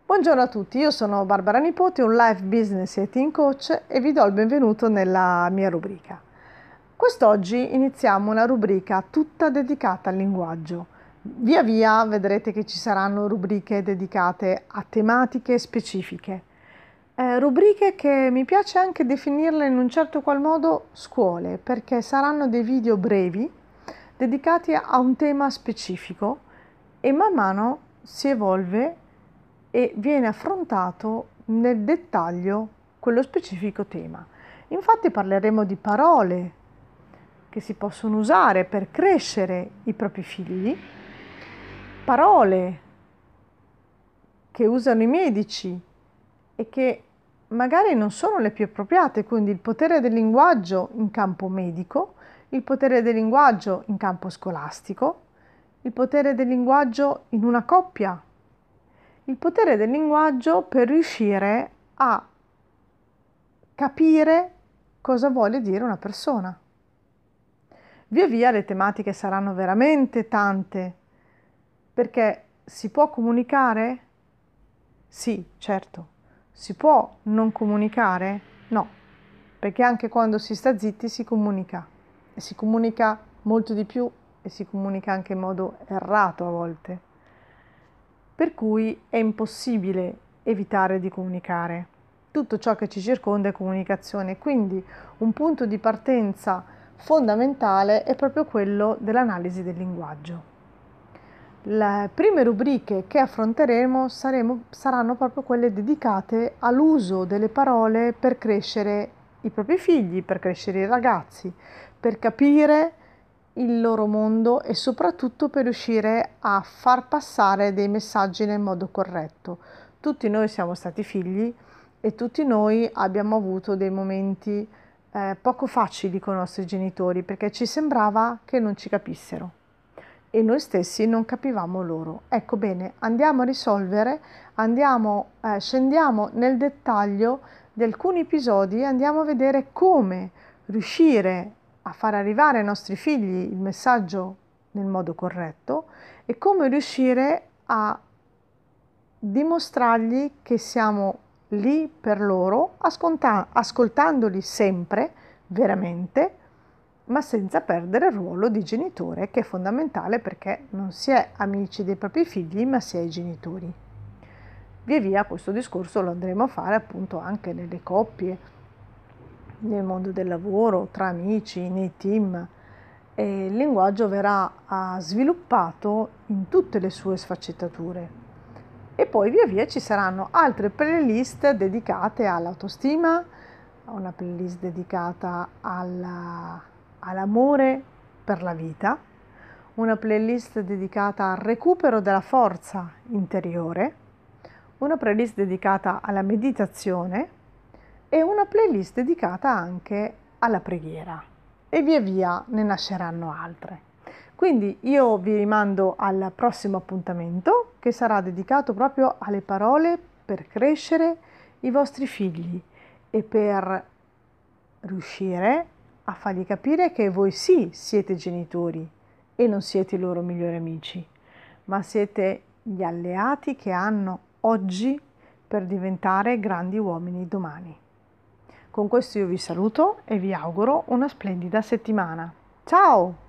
Buongiorno a tutti, io sono Barbara Nipoti, un life business e team coach e vi do il benvenuto nella mia rubrica. Quest'oggi iniziamo una rubrica tutta dedicata al linguaggio. Via via vedrete che ci saranno rubriche dedicate a tematiche specifiche. Rubriche che mi piace anche definirle in un certo qual modo scuole, perché saranno dei video brevi dedicati a un tema specifico e man mano si evolve e viene affrontato nel dettaglio quello specifico tema. Infatti parleremo di parole che si possono usare per crescere i propri figli, parole che usano i medici e che magari non sono le più appropriate, quindi il potere del linguaggio in campo medico, il potere del linguaggio in campo scolastico, il potere del linguaggio in una coppia, il potere del linguaggio per riuscire a capire cosa vuole dire una persona. Via via le tematiche saranno veramente tante, perché si può comunicare? Sì, certo. Si può non comunicare? No, perché anche quando si sta zitti si comunica, e si comunica molto di più e si comunica anche in modo errato a volte. Per cui è impossibile evitare di comunicare. Tutto ciò che ci circonda è comunicazione, quindi un punto di partenza fondamentale è proprio quello dell'analisi del linguaggio. Le prime rubriche che affronteremo saranno proprio quelle dedicate all'uso delle parole per crescere i propri figli, per crescere i ragazzi, per capire il loro mondo e soprattutto per riuscire a far passare dei messaggi nel modo corretto. Tutti noi siamo stati figli e tutti noi abbiamo avuto dei momenti poco facili con i nostri genitori perché ci sembrava che non ci capissero e noi stessi non capivamo loro. Ecco bene, andiamo a risolvere, scendiamo nel dettaglio di alcuni episodi e andiamo a vedere come riuscire a far arrivare ai nostri figli il messaggio nel modo corretto e come riuscire a dimostrargli che siamo lì per loro, ascoltandoli sempre, veramente, ma senza perdere il ruolo di genitore, che è fondamentale perché non si è amici dei propri figli, ma si è i genitori. Via via questo discorso lo andremo a fare appunto anche nelle coppie, nel mondo del lavoro, tra amici, nei team. E il linguaggio verrà sviluppato in tutte le sue sfaccettature. E poi via via ci saranno altre playlist dedicate all'autostima, una playlist dedicata all'amore per la vita, una playlist dedicata al recupero della forza interiore, una playlist dedicata alla meditazione e una playlist dedicata anche alla preghiera. E via via ne nasceranno altre. Quindi io vi rimando al prossimo appuntamento che sarà dedicato proprio alle parole per crescere i vostri figli e per riuscire a fargli capire che voi sì siete genitori e non siete i loro migliori amici, ma siete gli alleati che hanno oggi per diventare grandi uomini domani. Con questo io vi saluto e vi auguro una splendida settimana. Ciao!